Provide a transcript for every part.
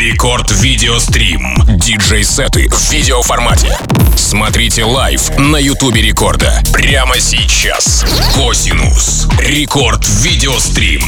Рекорд Видеострим. Диджей-сеты в видеоформате. Смотрите лайв на Ютубе Рекорда. Прямо сейчас. Косинус. Рекорд Видеострим.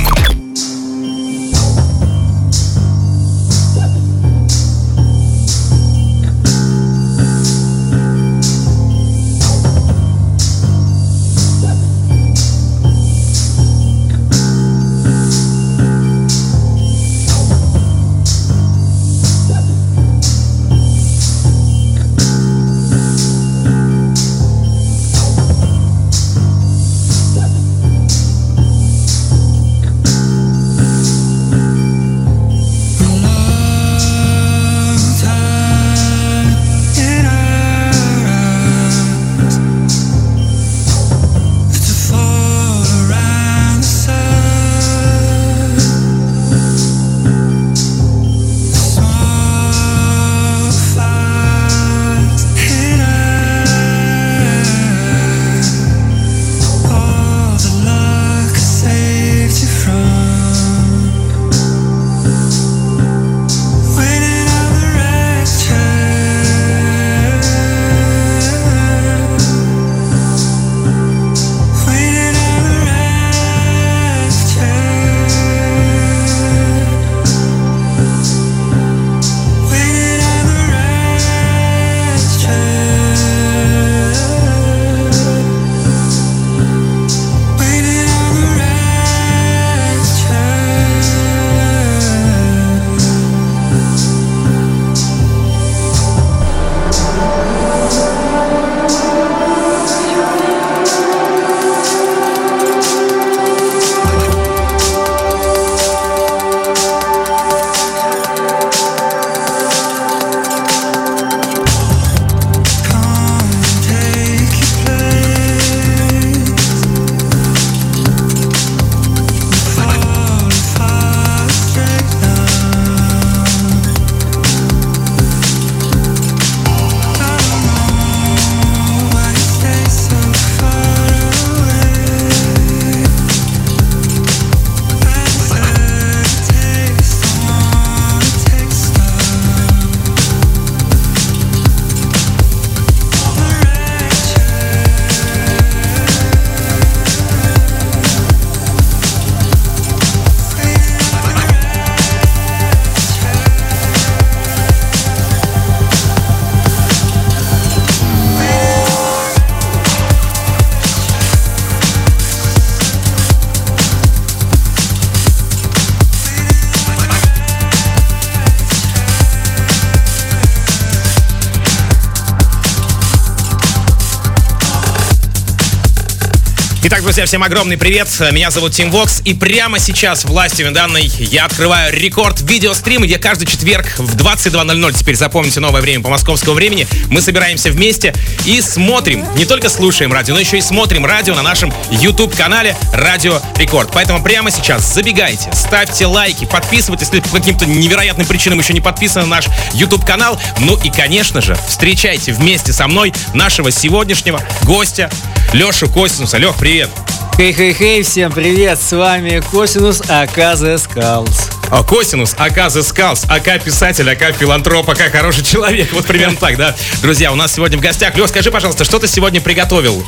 Итак, друзья, всем огромный привет. Меня зовут Тим Вокс. И прямо сейчас властью данной я открываю Рекорд Видеострим, где каждый четверг в 22:00, теперь запомните новое время по московскому времени, мы собираемся вместе и смотрим, не только слушаем радио, но еще и смотрим радио на нашем YouTube-канале Радио Рекорд. Поэтому прямо сейчас забегайте, ставьте лайки, подписывайтесь, если по каким-то невероятным причинам еще не подписаны на наш YouTube-канал. Ну и, конечно же, встречайте вместе со мной нашего сегодняшнего гостя Лешу Косинуса. Лех, привет! Хей-хей-хей, всем привет! С вами Косинус, АК The Skulls. Косинус, АК The Skulls, АК писатель, АК филантроп, АК хороший человек. Вот примерно так, да? Друзья, у нас сегодня в гостях. Лёш, скажи, пожалуйста, что ты сегодня приготовил?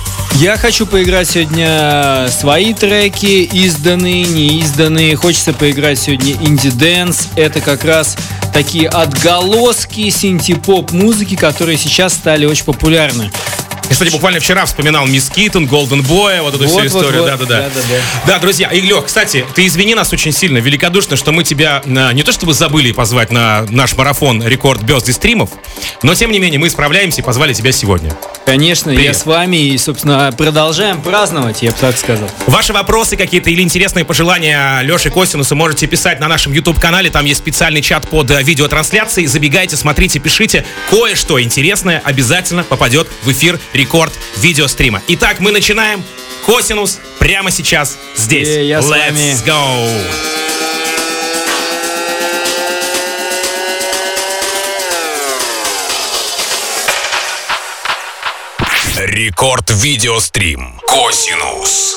Я хочу поиграть сегодня свои треки, изданные, неизданные. Хочется поиграть сегодня инди-дэнс. Это как раз такие отголоски синти-поп музыки, которые сейчас стали очень популярны. Я, кстати, буквально вчера вспоминал Мисс Киттон, Голден Боя, вот эту всю историю. Да-да-да. Да, друзья, и, Лех, кстати, ты извини нас очень сильно, великодушно, что мы тебя не то чтобы забыли позвать на наш марафон Рекорд Бёзды стримов, но, тем не менее, мы справляемся и позвали тебя сегодня. Конечно, привет. Я с вами и, собственно, продолжаем праздновать, я бы так сказал. Ваши вопросы какие-то или интересные пожелания Леше Косинусу можете писать на нашем YouTube-канале, там есть специальный чат под видеотрансляцией. Забегайте, смотрите, пишите. Кое-что интересное обязательно попадет в эфир Рекорд Видеострима. Итак, мы начинаем. Косинус прямо сейчас здесь. Let's go! Рекорд Видеострим. Косинус.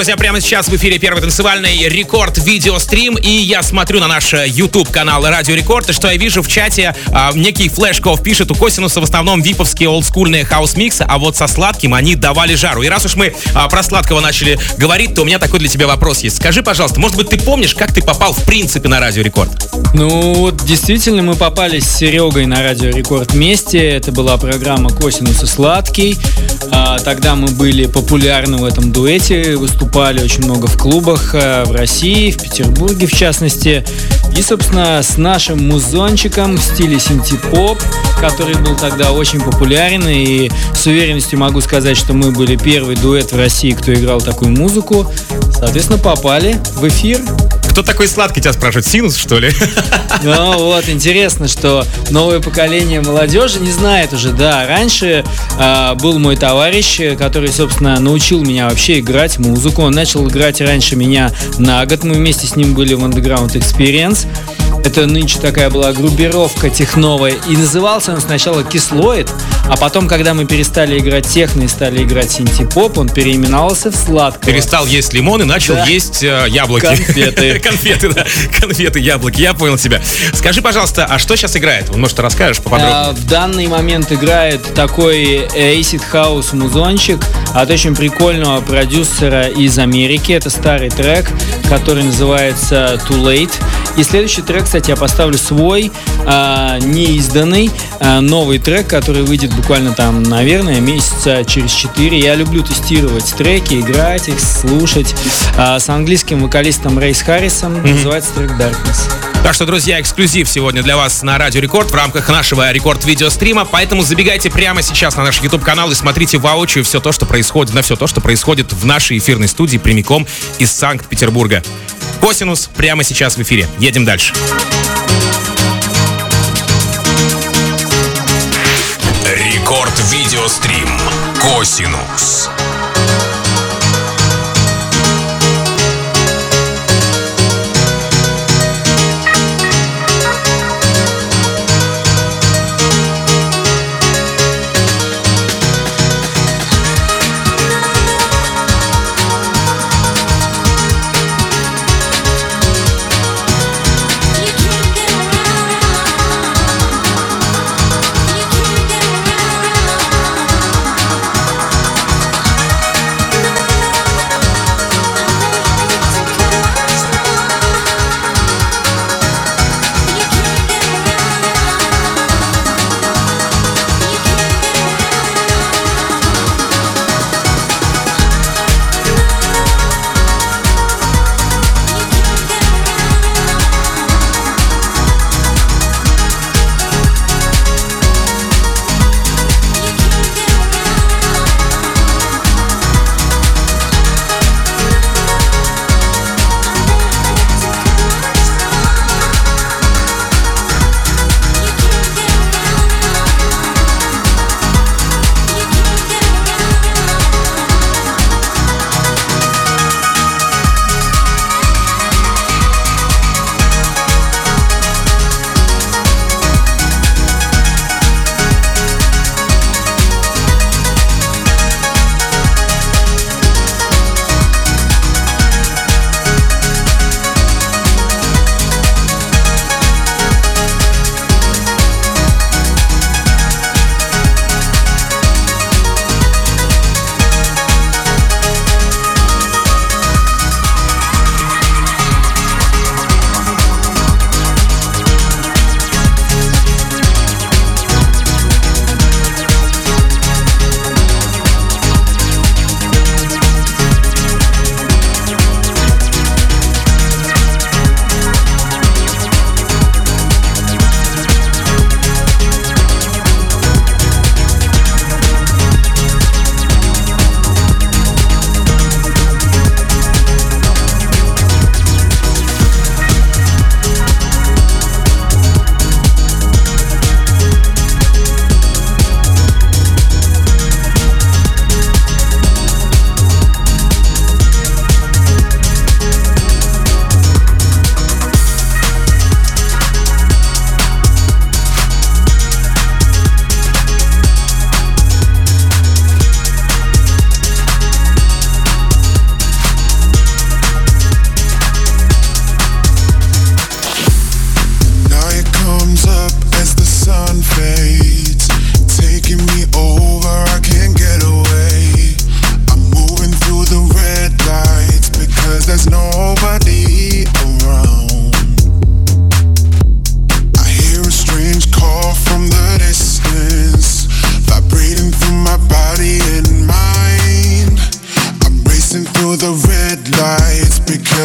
друзья, прямо сейчас в эфире первый танцевальный Рекорд видеострим. И я смотрю на наш YouTube-канал Радио Рекорд, и что я вижу в чате, некий Флэшков пишет: у Косинуса в основном виповские олдскульные хаус-миксы, а вот со сладким они давали жару. И раз уж мы про сладкого начали говорить, то у меня такой для тебя вопрос есть. Скажи, пожалуйста, может быть, ты помнишь, как ты попал в принципе на Радио Рекорд? Ну вот, действительно, мы попали с Серегой на Радио Рекорд вместе. Это была программа «Косинус и сладкий». Тогда мы были популярны в этом дуэте, выступали очень много в клубах в России, в Петербурге в частности. И, собственно, с нашим музончиком в стиле синти-поп, который был тогда очень популярен. И с уверенностью могу сказать, что мы были первый дуэт в России, кто играл такую музыку. Соответственно, попали в эфир. Кто такой сладкий, тебя спрашивают? Синус, что ли? Ну вот, интересно, что новое поколение молодежи не знает уже. Да, раньше был мой товарищ, который, собственно, научил меня вообще играть музыку. Он начал играть раньше меня на год. Мы вместе с ним были в Underground Experience. Это нынче такая была группировка техновая. И назывался он сначала «Кислоид», а потом, когда мы перестали играть техно и стали играть синти-поп, он переименовался в «Сладкого». Перестал есть лимон и начал есть яблоки. Конфеты. Конфеты, да. Конфеты, яблоки. Я понял тебя. Скажи, пожалуйста, а что сейчас играет? Может, ты расскажешь поподробнее? В данный момент играет такой acid house музончик от очень прикольного продюсера из Америки. Это старый трек, который называется Too Late. И следующий трек, кстати, я поставлю свой, неизданный, новый трек, который выйдет буквально там, наверное, месяца через 4. Я люблю тестировать треки, играть их, слушать. С английским вокалистом Рейс Харрисом. Называется трек Darkness. Так что, друзья, эксклюзив сегодня для вас на Радио Рекорд в рамках нашего рекорд-видеострима. Поэтому забегайте прямо сейчас на наш YouTube-канал и смотрите воочию все то, что происходит в нашей эфирной студии прямиком из Санкт-Петербурга. Косинус прямо сейчас в эфире. Едем дальше. Рекорд-видеострим Косинус.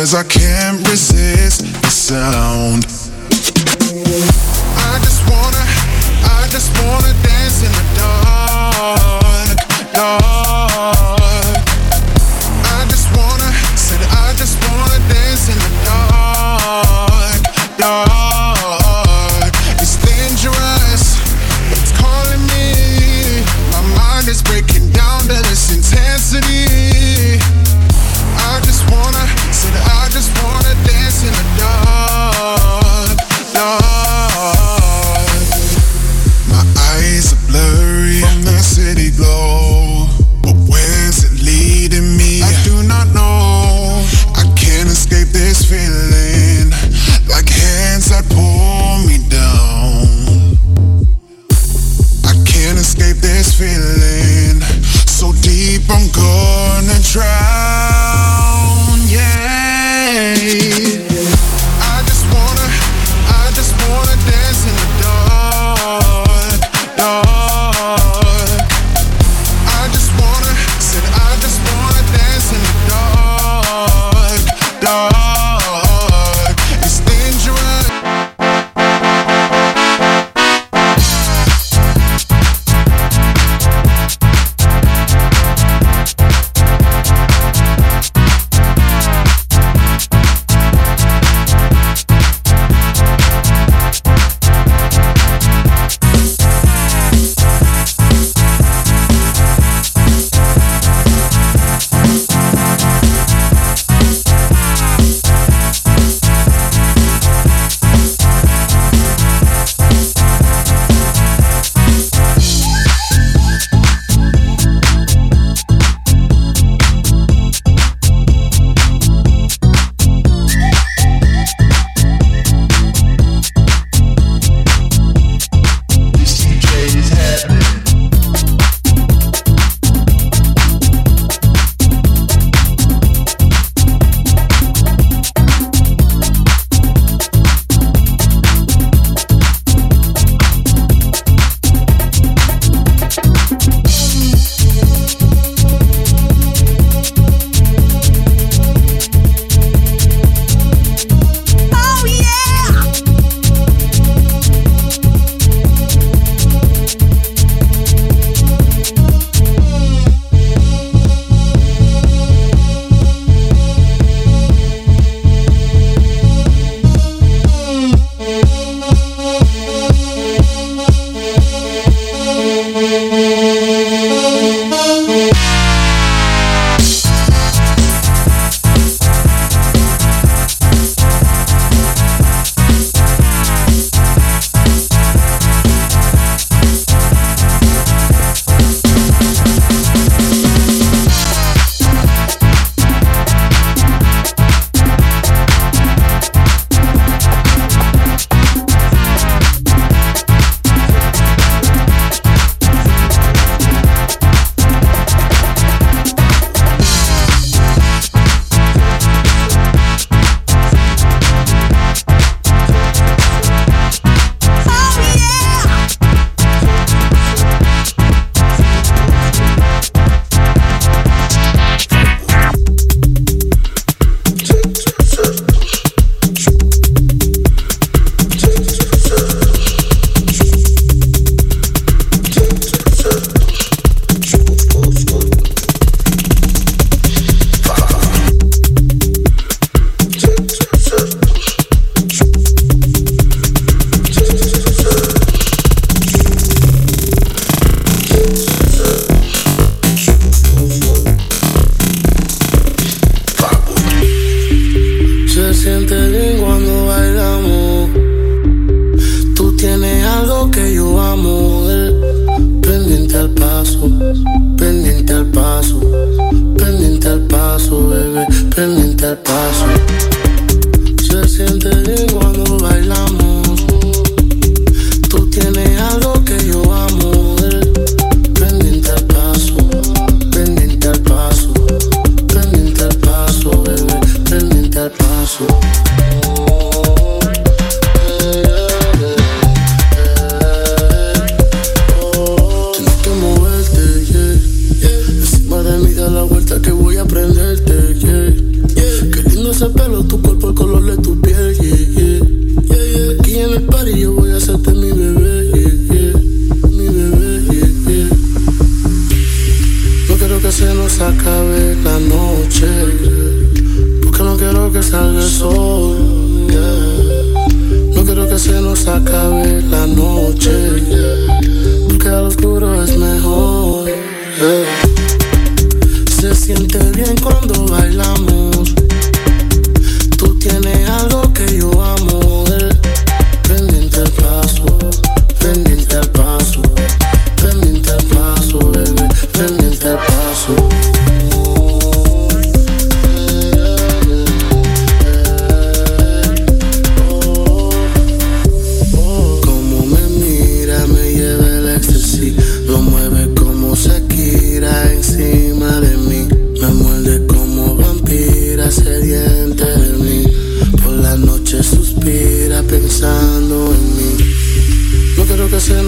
'cause I can't resist the sound. I just wanna dance in the dark, dark. I just wanna dance in the dark, dark. It's dangerous, it's calling me. My mind is breaking down to this intensity. I just wanna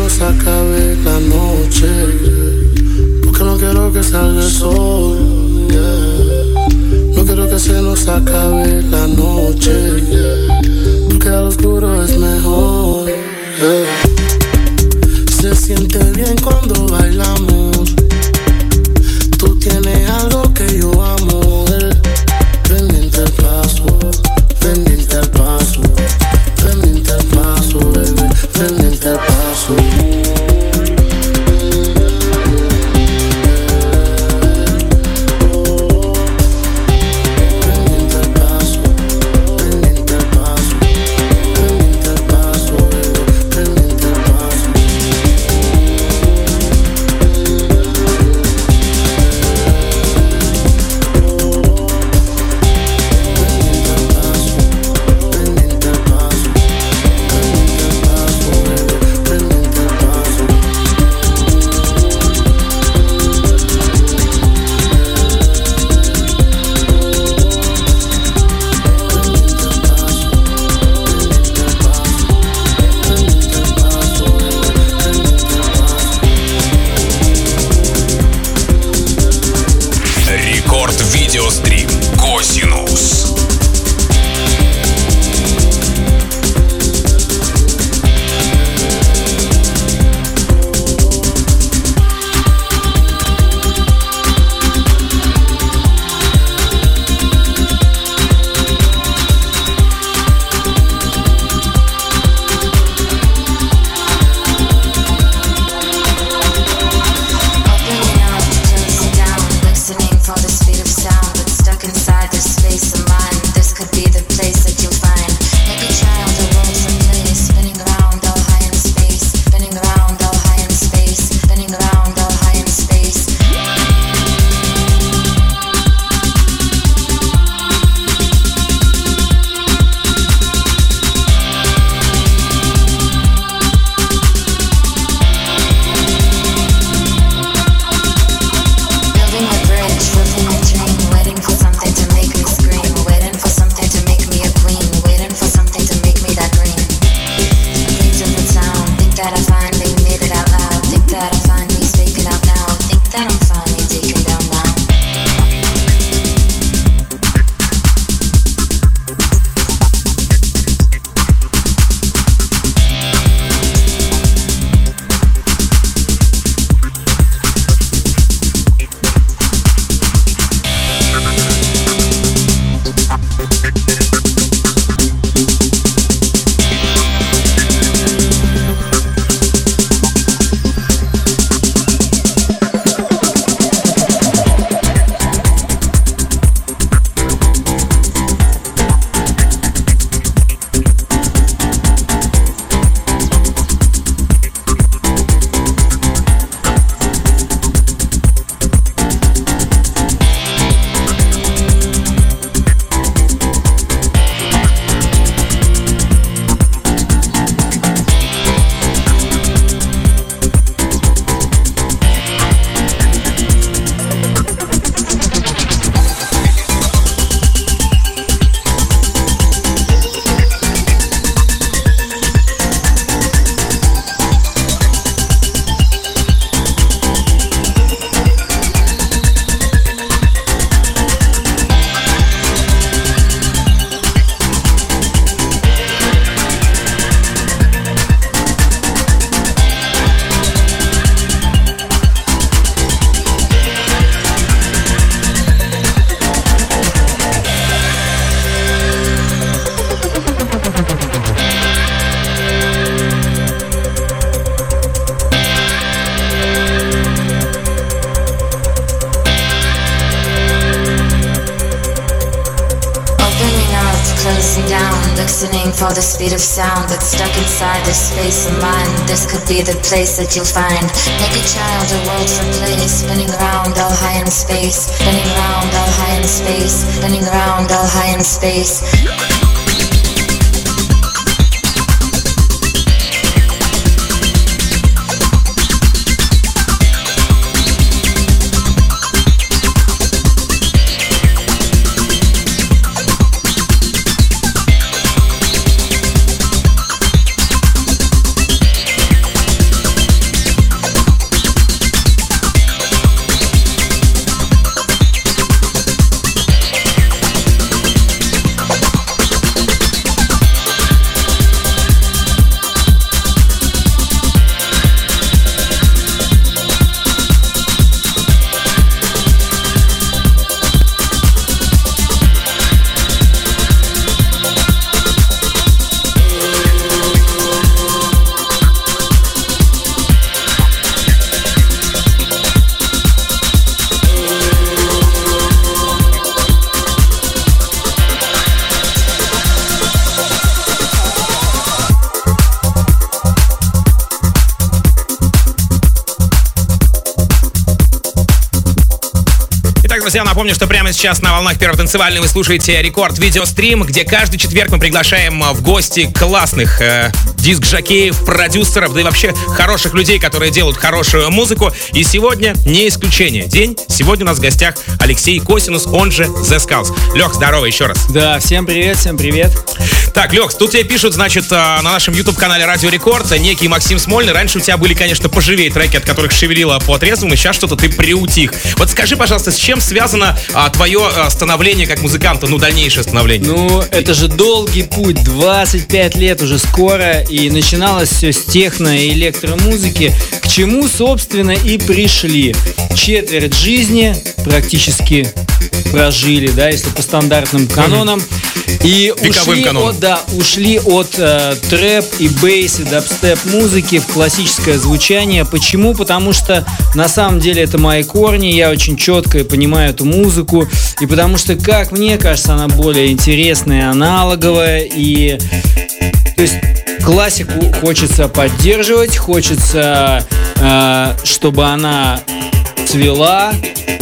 nos acabe la noche, porque no quiero que salga el sol, yeah. No quiero que se nos acabe la noche, yeah. Porque al oscuro es mejor, yeah. Se siente bien cuando bailamos. Tú tienes algo que yo amo, pendiente al paso, pendiente al paso, pendiente al paso, bebé, pendiente al paso. Видеострим Косинус. Listening for the speed of sound that's stuck inside this space of mind. This could be the place that you'll find. Make a child a world for play, spinning around all high in space, spinning around all high in space, spinning around all high in space. друзья, напомню, что прямо сейчас на волнах Первого танцевального вы слушаете рекорд-видеострим, где каждый четверг мы приглашаем в гости классных диск-жокеев, продюсеров, да и вообще хороших людей, которые делают хорошую музыку. И сегодня не исключение. Сегодня у нас в гостях Алексей Косинус, он же The Skulls. Лех, здорово еще раз. Да, всем привет, всем привет. Так, Лех, тут тебе пишут, значит, на нашем YouTube-канале Радио Рекорд некий Максим Смольный. Раньше у тебя были, конечно, поживее треки, от которых шевелило по трезвому, и сейчас что-то ты приутих. Вот скажи, пожалуйста, с чем связано твое становление как музыканта, дальнейшее становление? Это же долгий путь, 25 лет уже скоро, и начиналось все с техно и электромузыки, к чему, собственно, и пришли. Четверть жизни практически прожили, да, если по стандартным канонам. И ушли от трэп и бейс и дабстеп музыки в классическое звучание. Почему? Потому что на самом деле это мои корни, я очень четко понимаю эту музыку, и потому что, как мне кажется, она более интересная, аналоговая, и то есть классику хочется поддерживать, хочется, чтобы она цвела,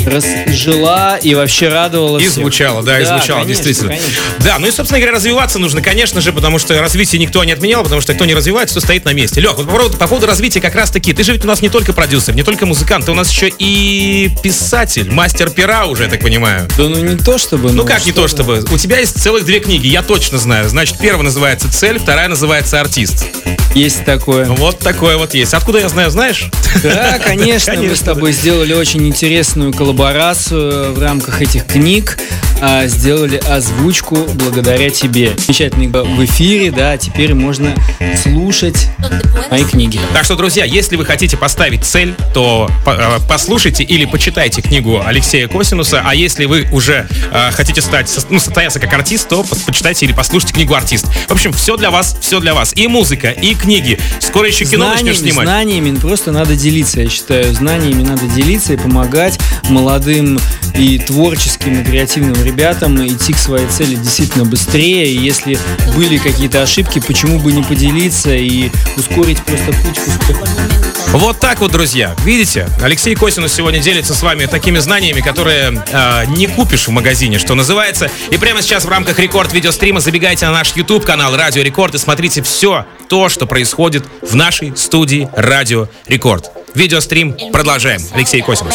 жила и вообще радовала и всех. Звучала, да, и звучала, конечно, действительно. Конечно. Да, и, собственно говоря, развиваться нужно, конечно же, потому что развитие никто не отменял, потому что кто не развивается, то стоит на месте. Лех, вот по поводу развития как раз-таки, ты же ведь у нас не только продюсер, не только музыкант, ты у нас еще и писатель, мастер пера уже, я так понимаю. Да, не то чтобы. Как не то чтобы? У тебя есть целых 2 книги, я точно знаю. Значит, первая называется «Цель», вторая называется «Артист». Есть такое. Вот такое вот есть. Откуда я знаю, знаешь? Да, конечно. Мы с тобой сделали очень интересную коллаборацию в рамках этих книг. Сделали озвучку благодаря тебе. Замечательный в эфире, да, теперь можно слушать мои книги. Так что, друзья, если вы хотите поставить цель, то послушайте или почитайте книгу Алексея Косинуса, а если вы уже хотите состояться как артист, то почитайте или послушайте книгу «Артист». В общем, все для вас. И музыка, и книги. Скоро еще кино начнешь снимать. Знаниями просто надо делиться, я считаю. Знаниями надо делиться и помогать молодым и творческим, и креативным ребятам идти к своей цели действительно быстрее. И если были какие-то ошибки, почему бы не поделиться и ускорить просто путь к успеху. Вот так вот, друзья. Видите, Алексей Косинус сегодня делится с вами такими знаниями, которые не купишь в магазине, что называется. И прямо сейчас в рамках рекорд-видеострима забегайте на наш YouTube-канал Радио Рекорд и смотрите все то, что происходит в нашей студии Радио Рекорд. Видеострим продолжаем. Алексей Косинус.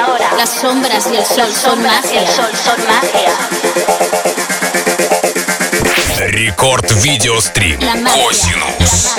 Рекорд-видеострим. Косинус.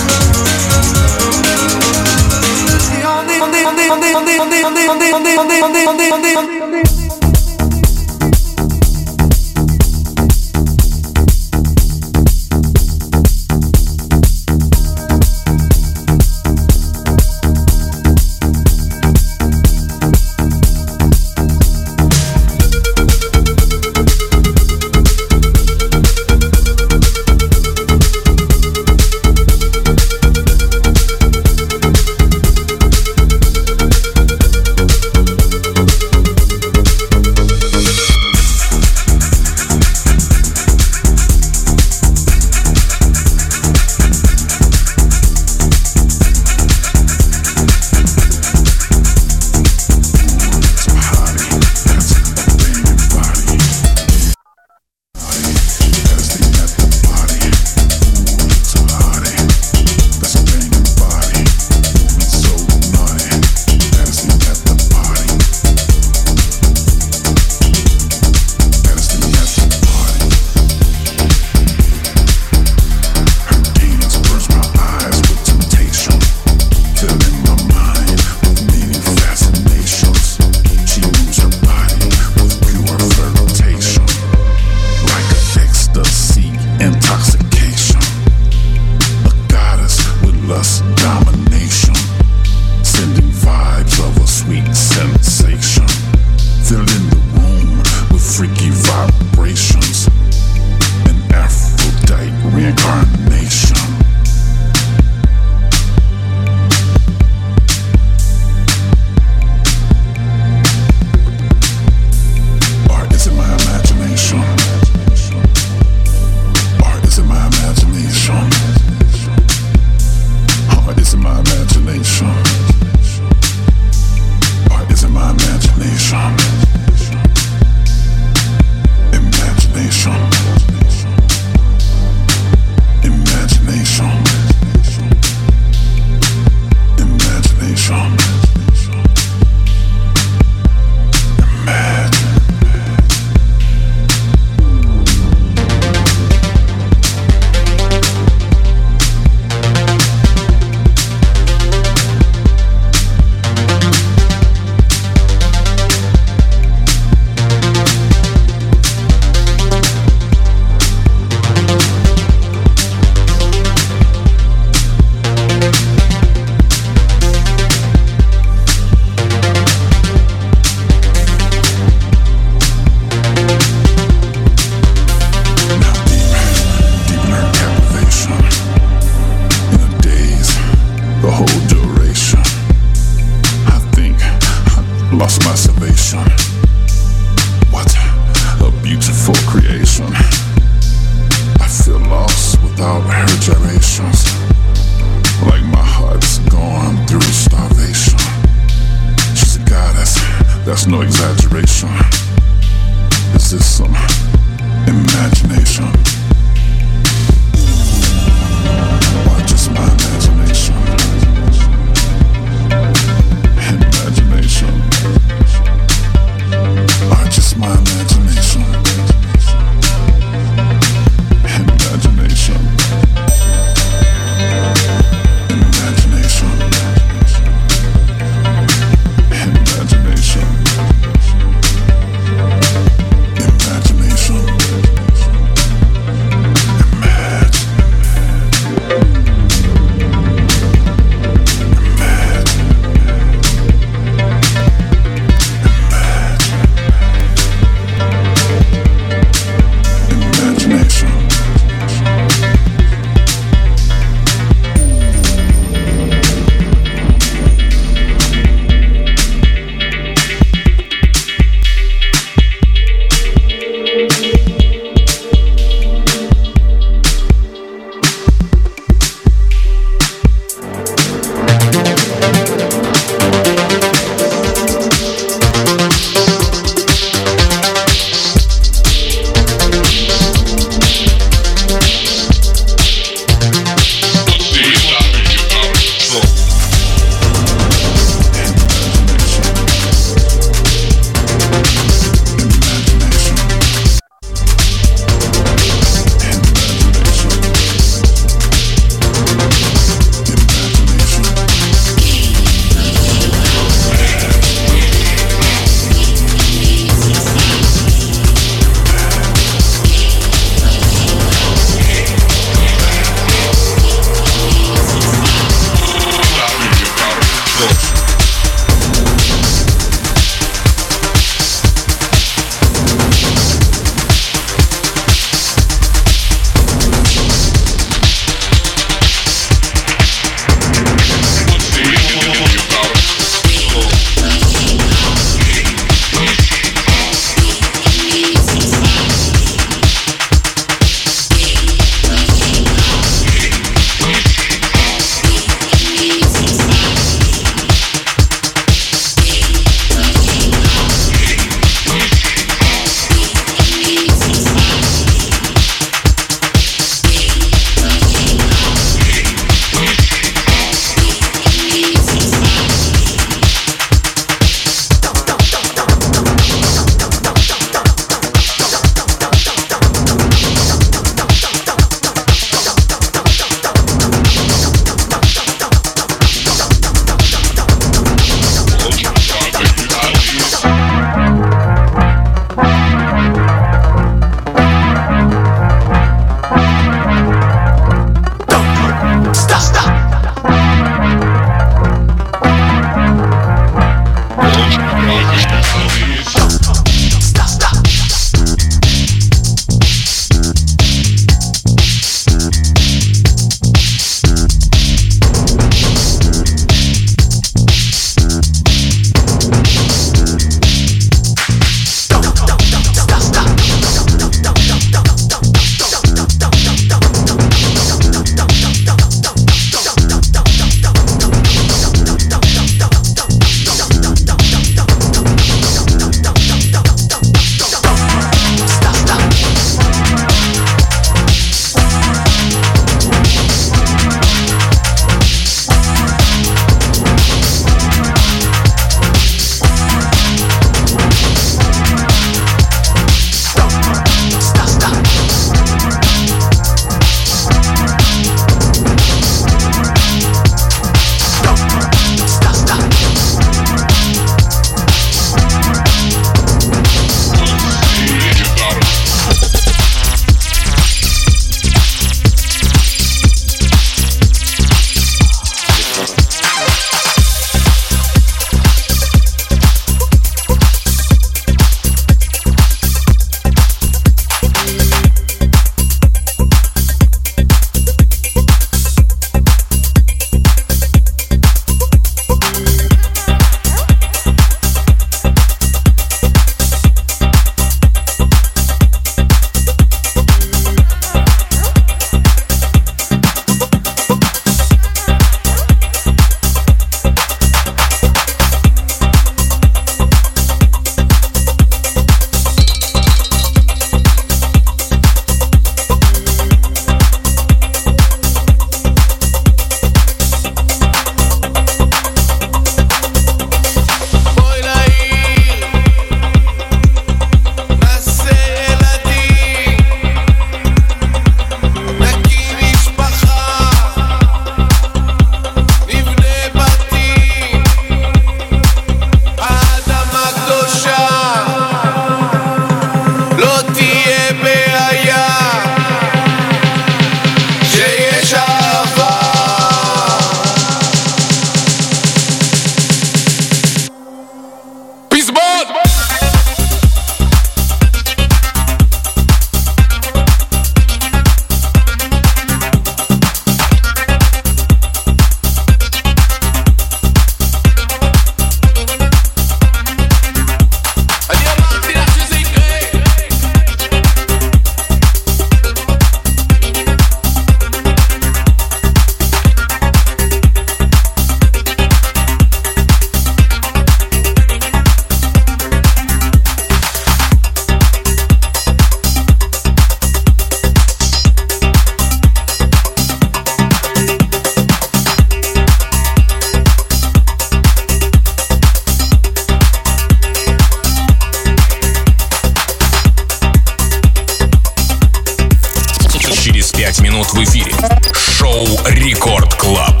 в эфире. Шоу Рекорд Клаб.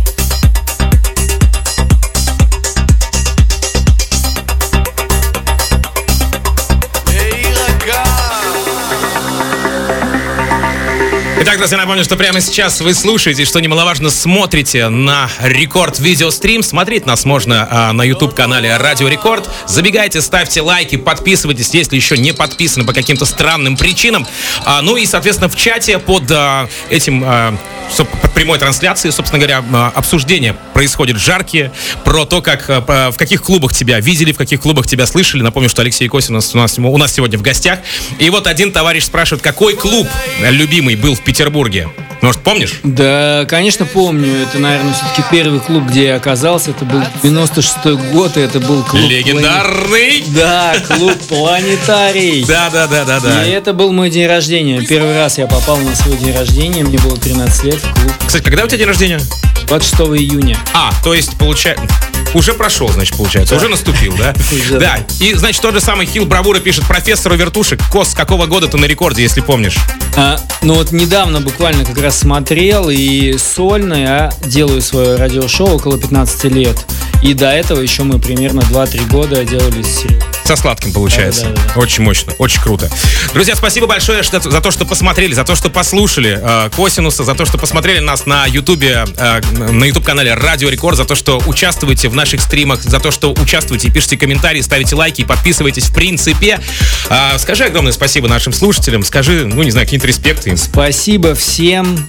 Итак, друзья, напомню, что прямо сейчас вы слушаете, что немаловажно, смотрите на Рекорд видеострим. Смотреть нас можно на YouTube-канале Радио Рекорд. Забегайте, ставьте лайки, подписывайтесь, если еще не подписаны по каким-то странным причинам. Ну и, соответственно, в чате под этим... под прямой трансляцией, собственно говоря, обсуждения происходят жаркие про то, как в каких клубах тебя видели, в каких клубах тебя слышали. Напомню, что Алексей Косин у нас сегодня в гостях. И вот один товарищ спрашивает, какой клуб любимый был в Петербурге? Может, помнишь? Да, конечно, помню. Это, наверное, все-таки первый клуб, где я оказался. Это был 96-й год, и это был клуб... Легендарный! Да, клуб «Планетарий». Да. И это был мой день рождения. Первый раз я попал на свой день рождения, мне было 13 лет в клуб. Кстати, когда у тебя день рождения? 26 июня. То есть, получается... Уже прошел, значит, получается. Да. Уже наступил, да? Уже, да. И, значит, тот же самый Хил Бравура пишет: профессору Вертушек, Кос, с какого года ты на рекорде, если помнишь? Ну вот недавно буквально как раз смотрел, и сольно я делаю свое радиошоу около 15 лет. И до этого еще мы примерно 2-3 года делали сериал. Со сладким, получается. Да. Очень мощно, очень круто. Друзья, спасибо большое за то, что посмотрели, за то, что послушали Косинуса, за то, что посмотрели нас на Ютубе, на YouTube-канале Радио Рекорд, за то, что участвуете в наших стримах, за то, что участвуете, пишите комментарии, ставите лайки и подписывайтесь. В принципе, скажи огромное спасибо нашим слушателям, скажи, не знаю, какие-то респекты им. Спасибо всем.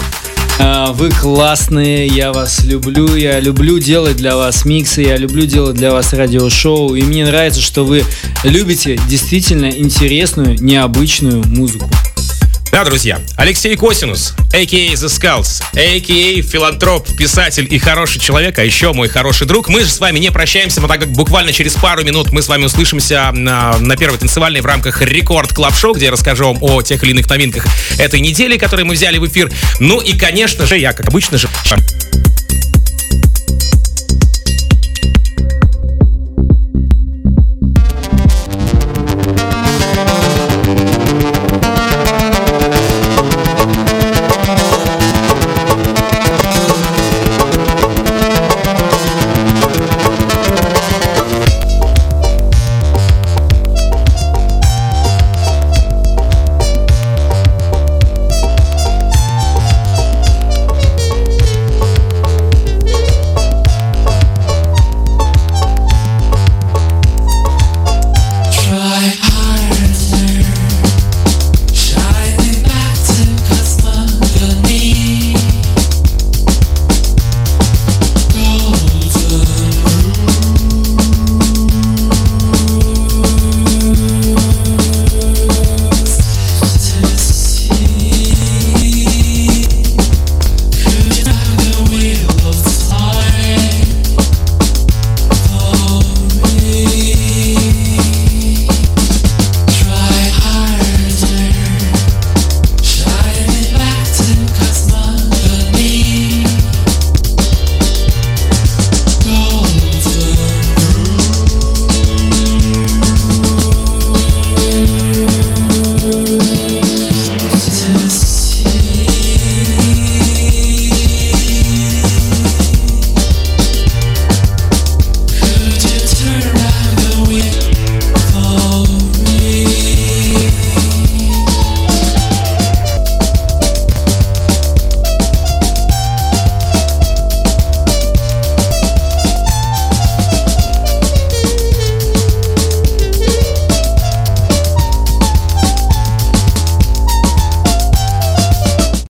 Вы классные, я вас люблю, я люблю делать для вас миксы, я люблю делать для вас радиошоу, и мне нравится, что вы любите действительно интересную, необычную музыку. Да, друзья, Алексей Косинус, a.k.a. The Skulls, a.k.a. филантроп, писатель и хороший человек, а еще мой хороший друг. Мы же с вами не прощаемся, но так как буквально через пару минут мы с вами услышимся на первой танцевальной в рамках Рекорд Клаб Шоу, где я расскажу вам о тех или иных новинках этой недели, которые мы взяли в эфир. Ну и, конечно же, я, как обычно же...